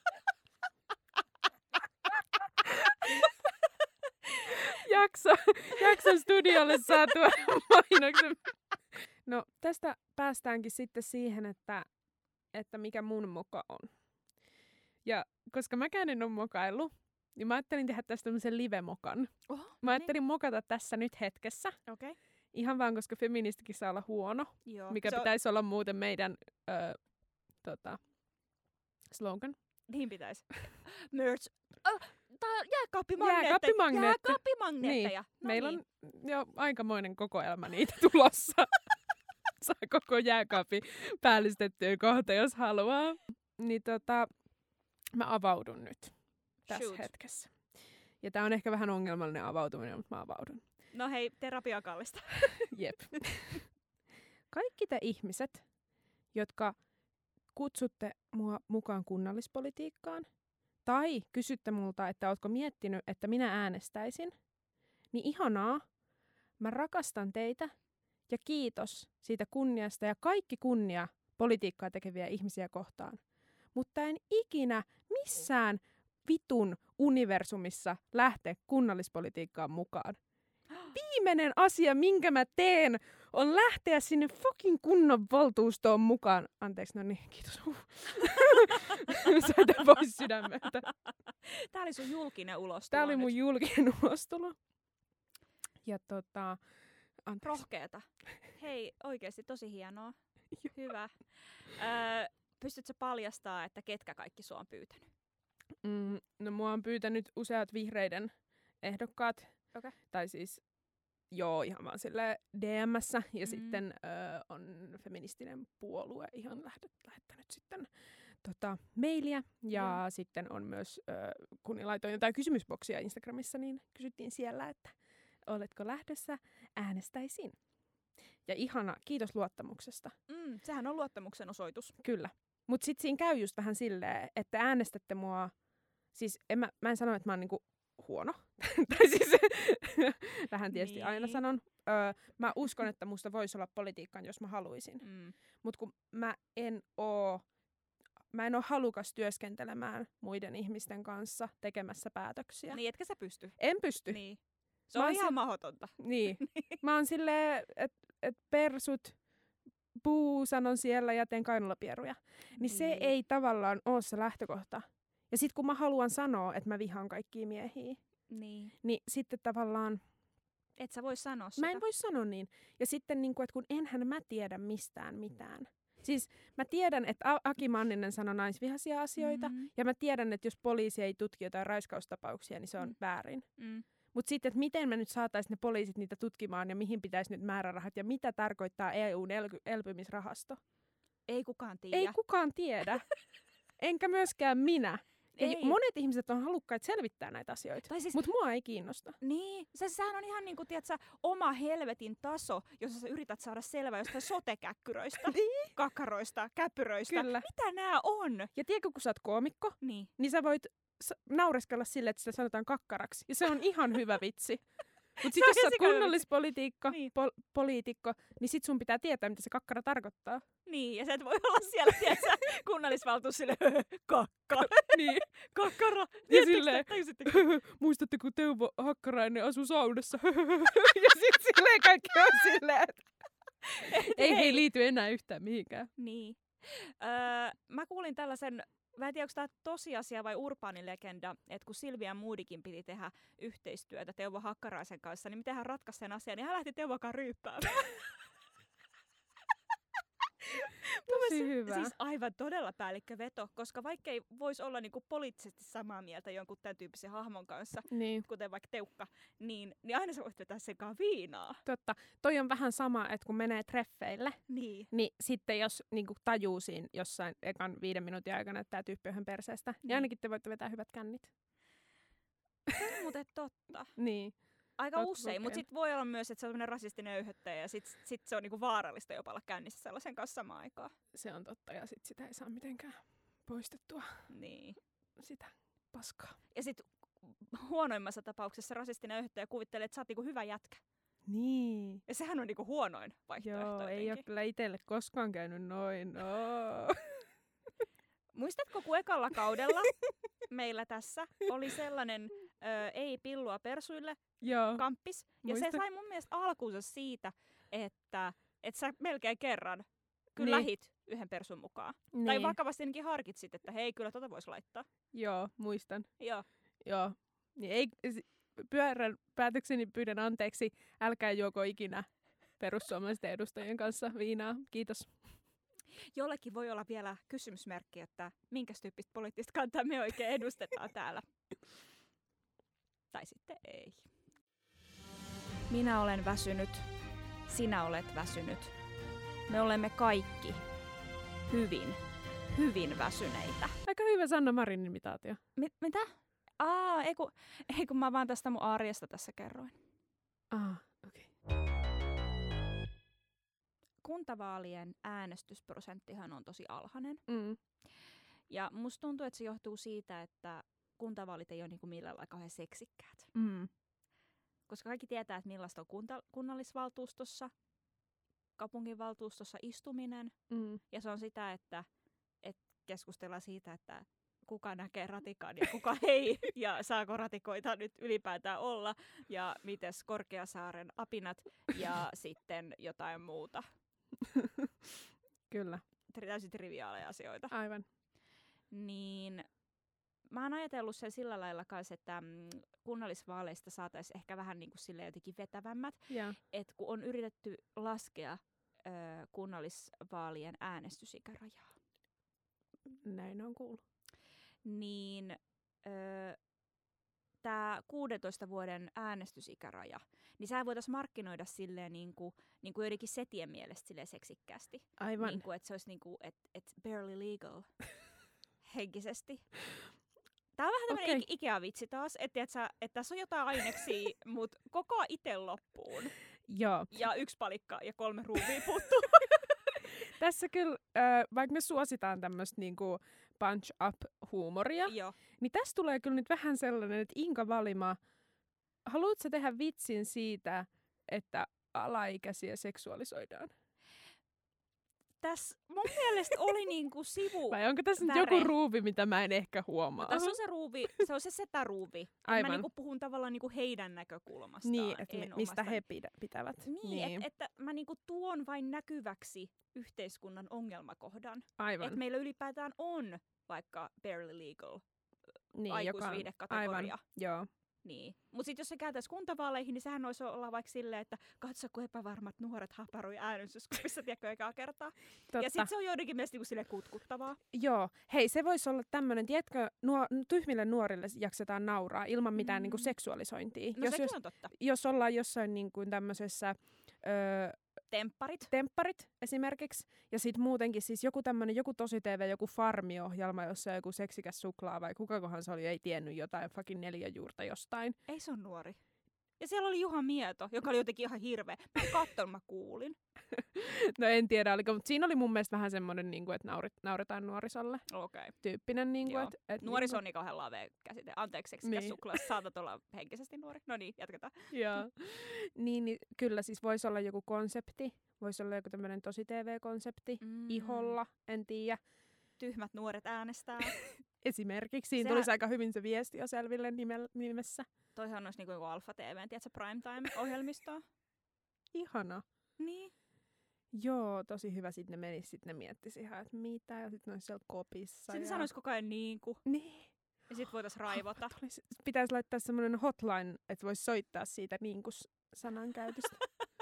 Jakso, jakson studiolle saa tuoda mainoksen. No tästä päästäänkin sitten siihen, että, että mikä mun moka on. Ja koska mäkään en ole mokaillut, niin mä ajattelin tehdä tästä tämmöisen live-mokan.
Oho,
Mä ajattelin mokata tässä nyt hetkessä.
Okei. Okay.
Ihan vaan, koska feministikin saa olla huono.
Joo.
Mikä
Se on-
pitäisi olla muuten meidän ö, tota, slogan.
Niin pitäisi. Merch. Oh, tää on jääkaappimagneetteja.
Jääkaappimagneetti.
Jääkaappimagneetteja.
Niin. Meillä on jo aikamoinen kokoelma niitä tulossa. Saa koko jääkaapin päällystettyä kohta, jos haluaa. Niin tota, mä avaudun nyt tässä
Shoot.
hetkessä. Ja tää on ehkä vähän ongelmallinen avautuminen, mutta mä avaudun.
No hei, terapia on kallista.
Jep. Kaikki te ihmiset, jotka kutsutte mua mukaan kunnallispolitiikkaan, tai kysytte multa, että ootko miettinyt, että minä äänestäisin, niin ihanaa. Mä rakastan teitä ja kiitos siitä kunniasta ja kaikki kunnia politiikkaa tekeviä ihmisiä kohtaan. Mutta en ikinä missään vitun universumissa lähteä kunnallispolitiikkaan mukaan. Viimeinen asia, minkä mä teen, on lähteä sinne fucking kunnan valtuustoon mukaan. Anteeksi, no niin, kiitos. Huh. Saita pois sydämeltä.
Tää oli sun julkinen ulostulo.
Tää oli mun
nyt.
julkinen ulostulo. Ja tota, anteeksi.
Rohkeeta. Hei, oikeesti tosi hienoa. Hyvä. Öö, pystytkö paljastaa, että ketkä kaikki sua on pyytänyt?
Mm, no mua on pyytänyt useat vihreiden ehdokkaat.
Okei.
Tai siis, joo, ihan vaan sille D M:ssä. Ja
Mm.
sitten ö, on feministinen puolue ihan lähdet, lähettänyt sitten tota, mailia. Ja
Joo.
sitten on myös, ö, kun laitoin jotain kysymysboksia Instagramissa, niin kysyttiin siellä, että oletko lähdössä, äänestäisin. Ja ihana, kiitos luottamuksesta.
Mm, sehän on luottamuksen osoitus.
Kyllä. Mutta sitten siinä käy just vähän silleen, että äänestätte mua, siis en mä, mä en sano, että mä oon niinku huono. tai siis vähän tietysti
Niin.
aina sanon. Öö, mä uskon, että musta voisi olla politiikkaan, jos mä haluaisin.
Mm.
Mutta kun mä en oo, mä en oo halukas työskentelemään muiden ihmisten kanssa tekemässä päätöksiä.
Niin, etkä sä pysty.
En pysty.
Niin. Se
Mä
on
oon
ihan
se-
mahdotonta.
Niin. Mä oon silleen, että et persut, puu, sanon siellä ja teen kainalapieruja. Niin se
Niin.
ei tavallaan ole se lähtökohta. Ja sit kun mä haluan sanoa, että mä vihaan kaikkia miehiä,
Niin.
niin sitten tavallaan
Et sä voi sanoa sitä.
mä en voi sanoa niin. Ja sitten niin kuin, että kun enhän mä tiedä mistään mitään. Siis mä tiedän, että A- Aki Manninen sanoi naisvihaisia asioita.
Mm.
Ja mä tiedän, että jos poliisi ei tutki jotain raiskaustapauksia, niin se on
Mm.
väärin.
Mm.
Mutta sitten, että miten me nyt saataisiin ne poliisit niitä tutkimaan ja mihin pitäisi nyt määrärahat ja mitä tarkoittaa E U:n el- elpymisrahasto.
Ei kukaan tiedä.
Ei kukaan tiedä. Enkä myöskään minä. Ja
Ei.
monet ihmiset on halukkaita selvittää näitä asioita,
Tai siis,
mutta mua ei kiinnosta.
niin, se, sehän on ihan niinku, tiedätkö, oma helvetin taso, jossa sä yrität saada selvää jostain sotekäkkyröistä,
Niin.
kakkaroista, käpyröistä.
Kyllä.
Mitä nämä on?
Ja tiedätkö, kun sä oot koomikko,
Niin.
niin sä voit s- naureskella sille, että sitä sanotaan kakkaraksi. Ja se on ihan hyvä vitsi. Mutta
Se
sitten
on
jos sä
ihan
oot
sikana vitsi.
kunnallispolitiikko,
Niin.
pol- poliitikko, niin sit sun pitää tietää, mitä se kakkara tarkoittaa.
Niin, ja sä et voi olla siellä, tiedätkö, kunnallisvaltuus sille kakka,
niin.
kakkara.
Ja
Tiedättekö
silleen,
te- tajusitteko?
muistatteko kun Teuvo Hakkarainen asui saunassa? ja sit silleen kaikki on silleen, että ei hei liity enää yhtään mihinkään.
Niin. Öö, mä kuulin tällaisen, mä en tiedä, onko tämä tosiasia vai urbaani legenda, että kun Silvia Moodikin piti tehdä yhteistyötä Teuvo Hakkaraisen kanssa, niin miten hän ratkaisi sen asian, niin hän lähti Teuvokaan ryyppäämään.
Tosi hyvä.
Siis aivan todella päällikköveto, koska vaikka ei voisi olla niinku poliittisesti samaa mieltä jonkun tämän tyyppisen hahmon kanssa,
Niin,
kuten vaikka Teukka, niin, niin aina sä voit vetää senkaan viinaa.
totta. Toi on vähän sama, että kun menee treffeille,
Niin.
niin sitten jos niin tajuu siinä jossain ekan viiden minuutin aikana, että tämä tyyppi on ihan perseestä, niin.
Niin.
ainakin te voitte vetää hyvät kännit.
Se on muuten totta.
Niin.
Aika
Ootko
usein, mutta
kokeillut?
sitten voi olla myös, että se on tämmöinen rasistinen öyhöttäjä ja sitten sit se on niinku vaarallista jopa olla käynnissä sellaisen kanssa samaan aikaan.
Se on totta, ja sit sitä ei saa mitenkään poistettua,
Niin.
sitä paskaa.
Ja sitten huonoimmassa tapauksessa rasistinen öyhöttäjä kuvittelee, että sä oot niinku hyvä jätkä.
Niin.
Ja sehän on niinku huonoin vaihtoehto
Joo, ei ole
jotenkin.
kyllä itselle koskaan käynyt noin. No.
Muistatko, kun ekalla kaudella meillä tässä oli sellainen ö, ei pillua persuille
Joo.
kamppis. Ja
Muistan.
se sai mun mielestä alkuunsa siitä, että et sä melkein kerran kyllä
Niin.
lähit yhden persun mukaan.
Niin.
Tai vakavasti ainakin harkitsit, että hei, kyllä tota voisi laittaa.
Joo, muistan.
Joo.
Joo. Niin ei, s- pyörän päätökseni pyydän anteeksi. Älkää juoko ikinä perussuomalaisten edustajien kanssa viinaa. Kiitos.
Jollekin voi olla vielä kysymysmerkki, että minkä tyyppistä poliittista kantaa me oikein edustetaan täällä. Tai sitten ei. Minä olen väsynyt. Sinä olet väsynyt. Me olemme kaikki hyvin, hyvin väsyneitä.
Aika hyvä Sanna Marinin imitaatio.
Mi- mitä? Aa, ei kun, ei kun mä vaan tästä mun arjesta tässä kerroin.
Ah, okei. Okay.
Kuntavaalien äänestysprosenttihan on tosi alhainen.
Mm.
Ja musta tuntuu, että se johtuu siitä, että kuntavaalit ei ole niinku millään lailla kauhean seksikkäät.
Mm.
Koska kaikki tietää, että millaista on kunta- kunnallisvaltuustossa, kaupunginvaltuustossa istuminen.
Mm.
Ja se on sitä, että, että keskustellaan siitä, että kuka näkee ratikan ja kuka ei. Ja saako ratikoita nyt ylipäätään olla. Ja mites Korkeasaaren apinat ja sitten jotain muuta.
Kyllä,
Täysin triviaaleja asioita.
aivan.
Niin mä oon ajatellut sen sillä lailla kanssa, että mm, kunnallisvaaleista saataisiin ehkä vähän niin kuin sille jotenkin vetävämmät.
Ja.
Että kun on yritetty laskea ö, kunnallisvaalien äänestysikärajaa,
Näin on kuullut.
niin tämä kuudentoista vuoden äänestysikäraja, niin sä voitaisiin markkinoida silleen niin kuin, niin kuin joidenkin setien mielestä silleen seksikkäästi.
Aivan.
Niin kuin, että se olisi niin kuin, että et barely legal henkisesti. Tää on vähän tämmönen
Okei.
okay. Ikea-vitsi taas, että, et sä, että tässä on jotain aineksia, mutta koko itse loppuun.
Joo.
Ja yksi palikka ja kolme ruuvia puuttuu.
Tässä kyllä, äh, vaikka me suositaan tämmöistä niinku punch-up-huumoria,
Joo.
niin tässä tulee kyllä nyt vähän sellainen, että Inka Valima, haluatko sä tehdä vitsin siitä, että alaikäisiä seksuaalisoidaan?
Tässä mun mielestä oli niinku sivu.
Vai onko tässä nyt
väre.
joku ruuvi, mitä mä en ehkä huomaa?
Tässä on se ruuvi, se on se setäruuvi.
Aivan.
Mä niinku puhun tavallaan niinku heidän näkökulmastaan.
Niin, että
en
mistä
omasta-
he pidä, pitävät.
Niin, niin. Et, että mä niinku tuon vain näkyväksi yhteiskunnan ongelmakohdan.
Aivan.
Että meillä ylipäätään on vaikka barely legal
Niin, joka on-
aikuisviihdekategoria.
Aivan, joo.
Niin. Mutta sitten jos se kääntäisi kuntavaaleihin, niin sehän olisi olla vaikka silleen, että katso, kun epävarmat nuoret haparoi äänestyskupissa, tiedätkö, ekaa kertaa.
Totta.
Ja sitten se on joidenkin mielestä niinku silleen kutkuttavaa.
Joo. Hei, se voisi olla tämmöinen, tiedätkö, nuo, tyhmille nuorille jaksetaan nauraa ilman mitään
Mm.
niinku seksuaalisointia.
No
jos,
sekin
jos,
on totta.
jos ollaan jossain niinku tämmöisessä öö,
Tempparit.
tempparit esimerkiksi, ja sitten muutenkin siis joku tämmöinen, joku tosi T V, joku farmiohjelma, jossa on joku seksikäs suklaa, vai kukakohan se oli, ei tiennyt jotain fucking neljäjuurta jostain.
Ei se on nuori. Ja siellä oli Juha Mieto, joka oli jotenkin ihan hirveä. Mä en katsonut, mä kuulin.
No en tiedä, oliko, mutta siinä oli mun mielestä vähän semmoinen, niin kuin, että naurit, nauretaan nuorisolle
Okei. Okay.
tyyppinen. Niin kuin,
Joo.
että, että
Nuoriso
niin
on niin kauhean lavea käsite. Anteeksi, seksikäs
Niin.
niin. suklaa. Saatat olla henkisesti nuori. No niin, jatketaan.
kuin, joo. niin, niin, kyllä siis voisi olla joku konsepti, voisi olla joku tämmöinen tosi T V-konsepti,
Mm.
iholla, en tiedä.
Tyhmät nuoret äänestää.
Esimerkiksi siinä
Sehän-
tulisi aika hyvin se viesti jo selville nimel- nimessä.
Toihan olisi niinku joku Alfa T V, tiedätkö, primetime-ohjelmistoa.
Ihana.
Niin.
Joo, tosi hyvä. Sitten ne menis, sitten ne miettis ihan, että mitä, ja sitten ne olisi siellä kopissa.
Sitten
ja...
sanoisi koko ajan niinku.
Niin.
Ja sitten voitaisiin raivota.
Tulisi, pitäisi laittaa semmoinen hotline, että voisi soittaa siitä niinkus-sanan käytöstä.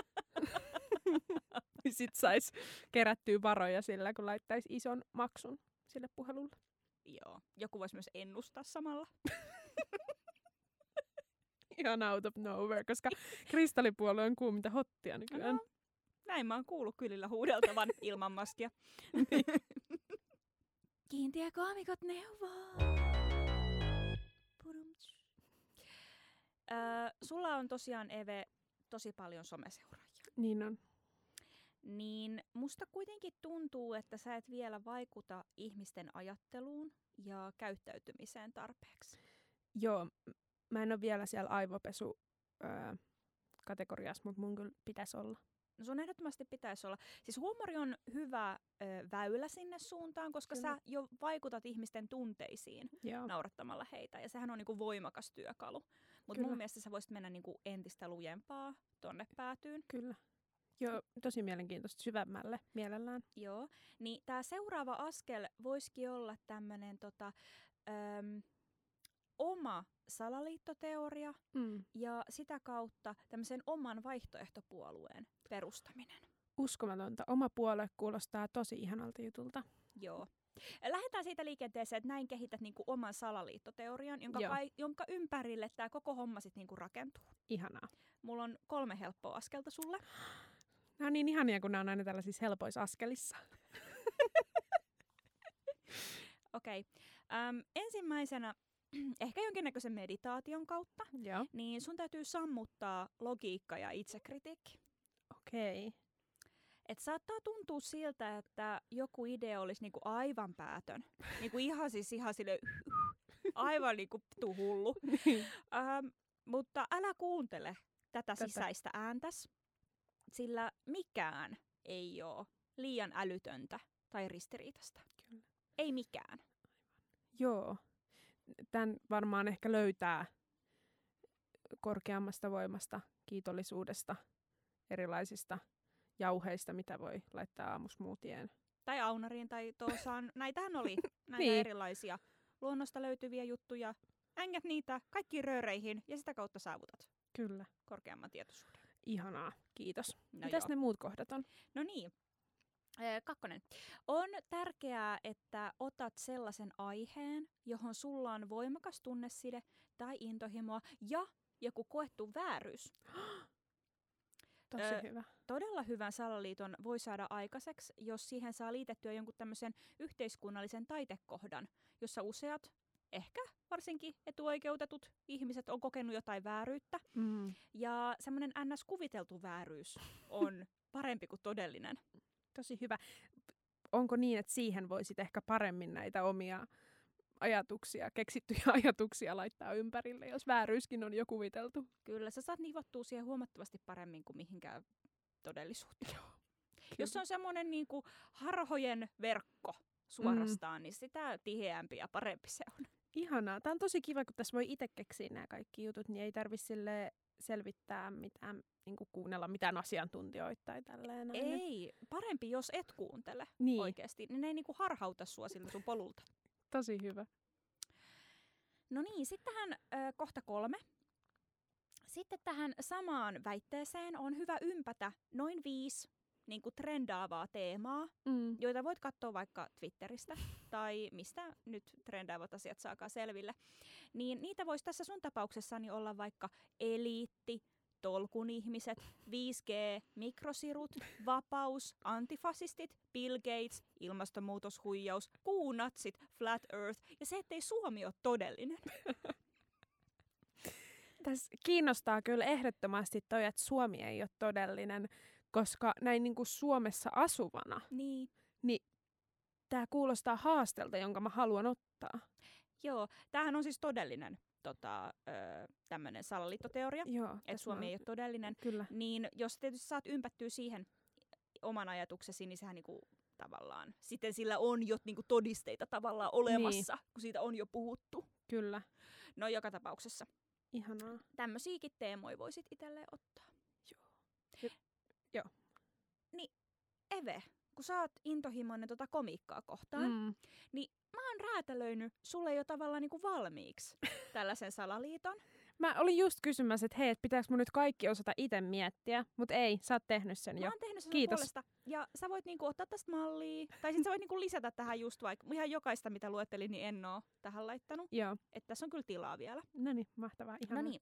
Sitten saisi kerättyä varoja sillä, kun laittaisi ison maksun sille puhelulle.
Joo. Joku voisi myös ennustaa samalla.
Ihan out of nowhere, koska kristallipuolue on kuuminta hottia nykyään.
No, näin mä oon kuullut kylillä huudeltavan ilman maskia.
Niin.
Kiintiökoomikot neuvoo. Pudumts. äh, sulla on tosiaan, Eve, tosi paljon someseuraajia.
Niin on.
Niin musta kuitenkin tuntuu, että sä et vielä vaikuta ihmisten ajatteluun ja käyttäytymiseen tarpeeksi.
Joo, m- mä en ole vielä siellä aivopesu öö, kategoriassa, mutta mun kyllä pitäisi olla.
No sun ehdottomasti pitäisi olla. Siis huumori on hyvä ö, väylä sinne suuntaan, koska
Kyllä.
sä jo vaikutat ihmisten tunteisiin
Joo.
naurattamalla heitä. Ja sehän on niinku voimakas työkalu. Mutta
Kyllä.
mun mielestä sä voisit mennä niinku entistä lujempaa tonne päätyyn.
Kyllä. Joo, tosi mielenkiintoista syvemmälle mielellään.
Joo. Niin tää seuraava askel voisikin olla tämmönen tota, öm, oma salaliittoteoria
Mm.
ja sitä kautta tämmöisen oman vaihtoehtopuolueen perustaminen.
Uskomatonta. Oma puolue kuulostaa tosi ihanalta jutulta.
Joo. Lähdetään siitä liikenteeseen, että näin kehität niinku oman salaliittoteorian, jonka,
Joo.
kai, jonka ympärille tämä koko homma sit niinku rakentuu.
Ihanaa.
Mulla on kolme helppoa askelta sulle.
Nämä on niin ihania, kun nämä on aina tällaisissa helpoissa askelissa.
Okei. Okay. Ähm, ensimmäisenä, ehkä jonkinnäköisen meditaation kautta,
Joo.
niin sun täytyy sammuttaa logiikka ja itsekritiikki.
Okei. Okay.
Et saattaa tuntua siltä, että joku idea olisi niinku aivan päätön. Niinku ihan siis ihan sille aivan niinku tuhullu. ähm, mutta älä kuuntele tätä,
Tätä.
sisäistä ääntäs, sillä mikään ei ole liian älytöntä tai ristiriitasta.
Kyllä.
Ei mikään.
Joo. Tän varmaan ehkä löytää korkeammasta voimasta, kiitollisuudesta, erilaisista jauheista, mitä voi laittaa aamusmuutien.
Tai aunariin tai toosaan. Näitähän oli näitä
Niin.
erilaisia luonnosta löytyviä juttuja. Ängät niitä kaikkiin rööreihin ja sitä kautta saavutat
Kyllä.
korkeamman tietoisuuden.
Ihanaa. Kiitos.
No
Mitäs
joo.
ne muut kohdat on?
No niin. Ee, Kakkonen. On tärkeää, että otat sellaisen aiheen, johon sulla on voimakas tunneside tai intohimoa ja joku koettu vääryys.
Tosi
Ö,
hyvä.
Todella hyvän salaliiton voi saada aikaiseksi, jos siihen saa liitettyä jonkun tämmöisen yhteiskunnallisen taitekohdan, jossa useat, ehkä varsinkin etuoikeutetut ihmiset on kokenut jotain vääryyttä.
Mm.
Ja semmoinen ns. Kuviteltu vääryys on parempi kuin todellinen.
Tosi hyvä. Onko niin, että siihen voisit ehkä paremmin näitä omia ajatuksia, keksittyjä ajatuksia laittaa ympärille, jos vääryyskin on jo kuviteltu?
Kyllä, sä saat nivottua siihen huomattavasti paremmin kuin mihinkään todellisuuteen.
Joo.
Jos on semmoinen niinku harhojen verkko suorastaan, mm. niin sitä tiheämpi ja parempi se on.
Ihanaa. Tämä on tosi kiva, kun tässä voi itse keksiä nämä kaikki jutut, niin ei tarvitse sille selvittää mitään, niin kuin kuunnella mitään asiantuntijoita tai tälleen. näin.
Ei, parempi jos et kuuntele
Niin.
oikeasti. Niin ne ei niinku harhauta sua siltä sun polulta.
Tosi hyvä.
No niin, sitten tähän ö, kohta kolme. Sitten tähän samaan väitteeseen on hyvä ympätä noin viisi niin kuin trendaavaa teemaa,
Mm.
joita voit katsoa vaikka Twitteristä tai mistä nyt trendaavat asiat saakaan selville. Niin niitä voisi tässä sun tapauksessani olla vaikka eliitti, tolkun ihmiset, viisi G, mikrosirut, vapaus, antifasistit, Bill Gates, ilmastonmuutoshuijaus, kuunatsit, flat earth ja se, ettei Suomi ole todellinen.
Tässä kiinnostaa kyllä ehdottomasti toi, että Suomi ei ole todellinen, koska näin niin kuin Suomessa asuvana,
Niin.
niin tämä kuulostaa haastelta, jonka mä haluan ottaa.
Joo, tämähän on siis todellinen tota, tämmöinen salaliittoteoria,
Joo,
että
tässä
Suomi
mä-
ei ole todellinen.
Kyllä.
Niin jos tietysti saat ympättyä siihen oman ajatuksesi, niin sehän niinku tavallaan, sitten sillä on jo niinku todisteita tavallaan olemassa, niin. kun siitä on jo puhuttu.
Kyllä.
No joka tapauksessa.
Ihanaa.
Tämmöisiäkin teemoja voisit itselleen ottaa.
Joo. Ja- joo.
Niin Eve, kun sä oot intohimoinen tota komiikkaa kohtaan,
Mm.
niin mä oon räätälöinyt sulle jo tavallaan niinku valmiiksi tällaisen salaliiton.
Mä olin just kysymässä, että hei, et pitääkö mun nyt kaikki osata itse miettiä, mutta ei, sä oot tehnyt sen
Mä
jo.
oon tehnyt sen
Kiitos.
puolesta. Ja sä voit niinku ottaa tästä mallia. Tai sit sä voit niinku lisätä tähän just vaikka ihan jokaista, mitä luettelin, niin en oo tähän laittanut.
Joo.
Että tässä on kyllä tilaa vielä.
No niin, mahtavaa. Ihanaa.
No niin.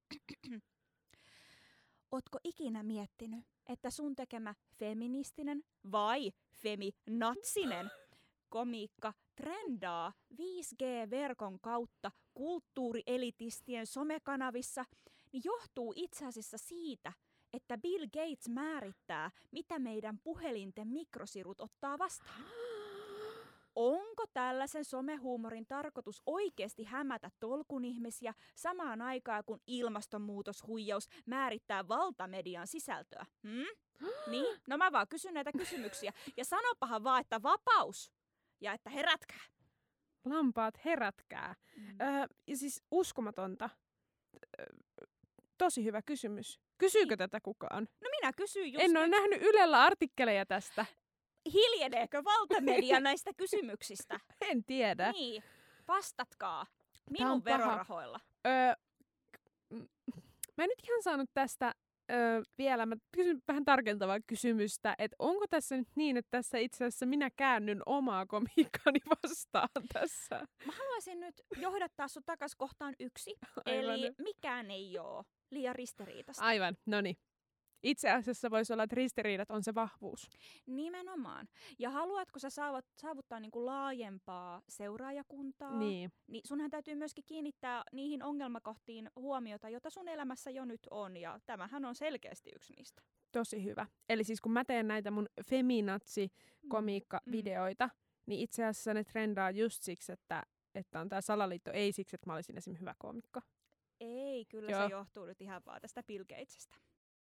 Ootko ikinä miettinyt, että sun tekemä feministinen vai feminatsinen komiikka trendaa viisi G-verkon kautta kulttuurielitistien somekanavissa, niin johtuu itse asiassa siitä, että Bill Gates määrittää, mitä meidän puhelinten mikrosirut ottaa vastaan. Onko tällaisen somehuumorin tarkoitus oikeasti hämätä tolkun ihmisiä samaan aikaan, kun ilmastonmuutoshuijaus määrittää valtamedian sisältöä? Hmm? Niin? No mä vaan kysyn näitä kysymyksiä. Ja sanopahan vaan, että vapaus ja että herätkää.
Lampaat herätkää.
Mm.
Öö, ja siis uskomatonta. Öö, tosi hyvä kysymys. Kysyykö
Niin.
tätä kukaan?
No minä kysyin just
En
nyt,
ole nähnyt Ylellä artikkeleja tästä.
hiljeneekö valtamedia näistä kysymyksistä?
En tiedä.
Niin, vastatkaa.
Tää on
Minun
paha.
verorahoilla.
Öö, m- mä en nyt ihan saanut tästä öö, vielä. Mä kysyn vähän tarkentavaa kysymystä, että onko tässä nyt niin, että tässä itse asiassa minä käännyn omaa komiikkaani vastaan tässä?
Mä haluaisin nyt johdattaa sut takas kohtaan yksi.
Aivan.
Eli mikään ei oo liian ristiriitasta.
Aivan, no niin. Itse asiassa voisi olla, että ristiriidat on se vahvuus.
Nimenomaan. Ja haluatko sä saavut, saavuttaa niinku laajempaa seuraajakuntaa,
Niin.
niin sunhan täytyy myöskin kiinnittää niihin ongelmakohtiin huomiota, jota sun elämässä jo nyt on. Ja tämähän on selkeästi yksi niistä.
Tosi hyvä. Eli siis kun mä teen näitä mun feminatsi-komiikka-videoita, niin itse asiassa ne trendaa just siksi, että, että on tää salaliitto, ei siksi, että mä olisin esimerkiksi hyvä koomikko.
Ei, kyllä
Joo.
se johtuu nyt ihan vaan tästä Bill Gatesista.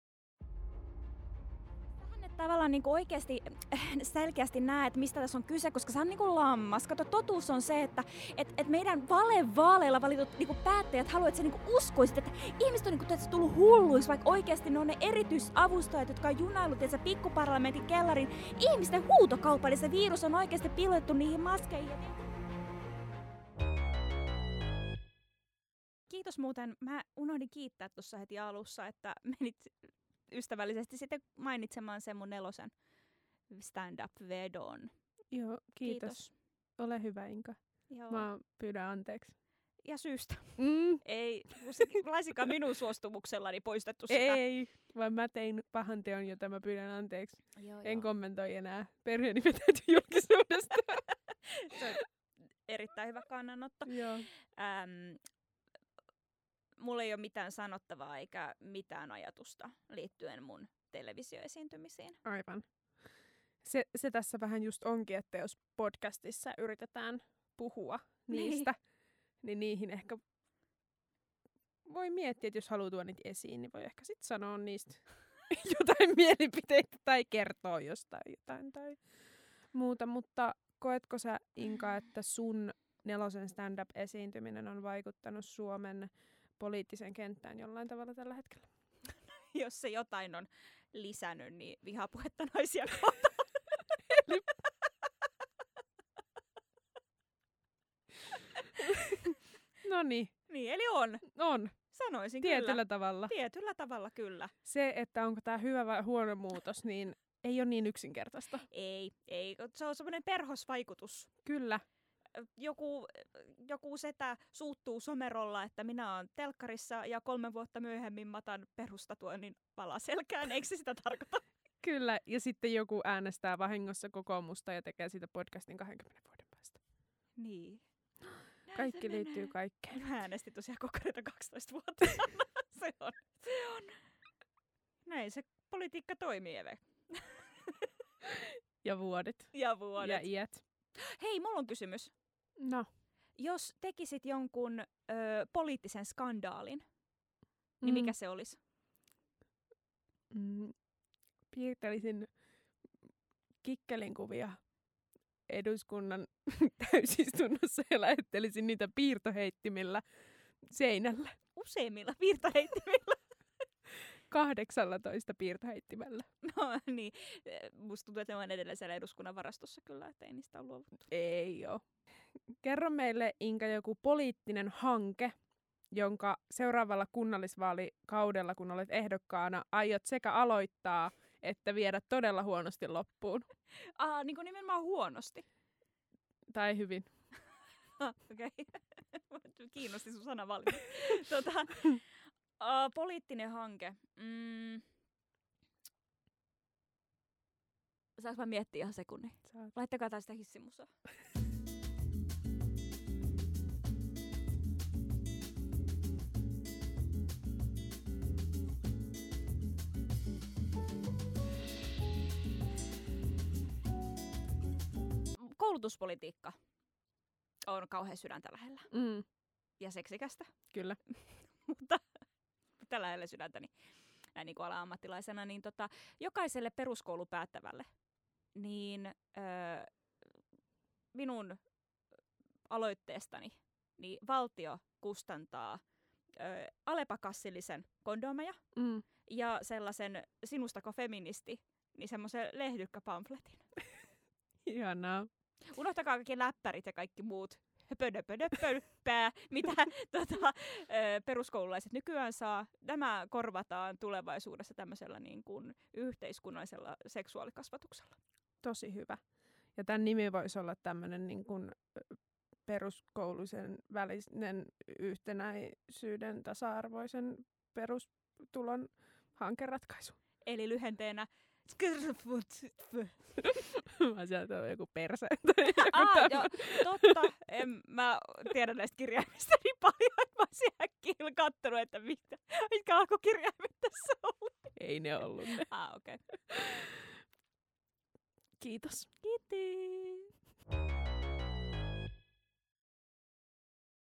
Sähän et tavallaan niinku oikeasti äh, selkeästi näe, että mistä tässä on kyse, koska se on niinku lammas. Kato, totuus on se, että et, et meidän valevaaleilla valitut niinku päättäjät haluavat, että sä niinku uskoisit, että ihmiset on niinku tässä tullut hulluiksi, vaikka oikeasti ne on ne erityisavustajat, jotka on junaillut että se pikkuparlamentin kellarin ihmisten huutokauppa, eli se virus on oikeasti piilotettu niihin maskeihin. Ja kiitos muuten. Mä unohdin kiittää tuossa heti alussa, että menit ystävällisesti sitten mainitsemaan sen mun nelosen stand-up-vedon.
Joo, kiitos.
Kiitos.
Ole hyvä, Inka.
Joo.
Mä pyydän anteeksi.
Ja syystä.
Mm,
Ei laisinkaan minun suostumuksellani poistettu sitä.
ei, vaan mä tein pahan teon, jota mä pyydän anteeksi.
Joo,
En
joo.
kommentoi enää perheeni vetäyty julkisuudesta.
Se on erittäin hyvä kannanotto.
Joo.
Ähm, mulla ei ole mitään sanottavaa eikä mitään ajatusta liittyen mun televisioesiintymisiin.
Aivan. Se, se tässä vähän just onkin, että jos podcastissa yritetään puhua
Niin.
niistä, niin niihin ehkä voi miettiä, että jos haluaa tuoda niitä esiin, niin voi ehkä sitten sanoa niistä jotain mielipiteitä tai kertoa jostain jotain tai muuta. Mutta koetko sä, Inka, että sun nelosen stand-up-esiintyminen on vaikuttanut Suomen poliittiseen kenttään jollain tavalla tällä hetkellä?
Jos se jotain on lisännyt, niin vihapuhetta naisia kohtaan.
Eli... no niin,
Niin, eli on.
on.
Sanoisin
Tietyllä
kyllä.
tavalla.
Tietyllä tavalla kyllä.
Se, että onko tämä hyvä vai huono muutos, niin ei ole niin yksinkertaista.
Ei, ei. Se on semmoinen perhosvaikutus.
Kyllä.
Joku, joku setä suuttuu somerolla, että minä olen telkkarissa ja kolme vuotta myöhemmin matan perustatuoinnin palaselkään. Eikö se sitä tarkoita?
Kyllä, ja sitten joku äänestää vahingossa kokoomusta ja tekee siitä podcastin kaksikymmentä vuoden päästä.
Niin. Näin
Kaikki
se
liittyy
menee.
kaikkeen.
Mä äänestin tosiaan kokoreita kaksitoista vuotta. se on. Se on. Näin se politiikka toimii, Eve.
Ja vuodet.
Ja vuodet.
Ja iät.
Hei, mulla on kysymys.
No.
Jos tekisit jonkun ö, poliittisen skandaalin, niin mikä se olisi?
Mm, piirtelisin kikkelin kuvia eduskunnan täysistunnossa ja lähettelisin niitä piirtoheittimillä seinällä.
Useimmilla piirtoheittimillä.
kahdeksallatoista piirtoheittimellä.
No niin, musta tuntuu, että ne on edelleen siellä eduskunnan varastossa kyllä, että ei niistä ole luovuttu.
Ei oo. Kerro meille, Inka, joku poliittinen hanke, jonka seuraavalla kunnallisvaalikaudella, kun olet ehdokkaana, aiot sekä aloittaa että viedä todella huonosti loppuun.
Ah, niin kuin nimenomaan huonosti.
Tai hyvin.
Okei. Okay. Kiinnosti sun sanavalinta. tota, uh, poliittinen hanke. Mm. Saanko mä miettiä ihan sekunnin?
Saat.
Laittakaa tästä hissimusaa. koulutuspolitiikka on kauhean sydäntä lähellä
Mm,
ja seksikästä,
kyllä.
mutta tällä lähellä sydäntäni näin niin kuin alan ammattilaisena, niin tota, jokaiselle peruskoulu päättävälle, niin öö, minun aloitteestani niin valtio kustantaa öö, alepakassillisen kondomeja
Mm.
ja sellaisen Sinustako feministi, niin semmoisen lehdykkäpamfletin.
Ihanaa.
Unohtakaa kaikki läppärit ja kaikki muut pödö, pödö, pöppää, mitä tota, ö, peruskoululaiset nykyään saa. Nämä korvataan tulevaisuudessa tämmöisellä niin kuin yhteiskunnallisella seksuaalikasvatuksella.
Tosi hyvä. Ja tämän nimi voisi olla tämmöinen niin kuin peruskouluisen välisen yhtenäisyyden tasa-arvoisen perustulon hankeratkaisu.
Eli lyhenteenä
Mä sieltä on joku perse.
Ah, jo, totta. En, mä tiedän näistä kirjaimista niin paljon, että mä olisin äkkiä kattonut, että mitä, mitkä alkukirjaimet tässä oli.
Ei ne ollut ne.
Ah, okei. Okay.
Kiitos.
Kiitos.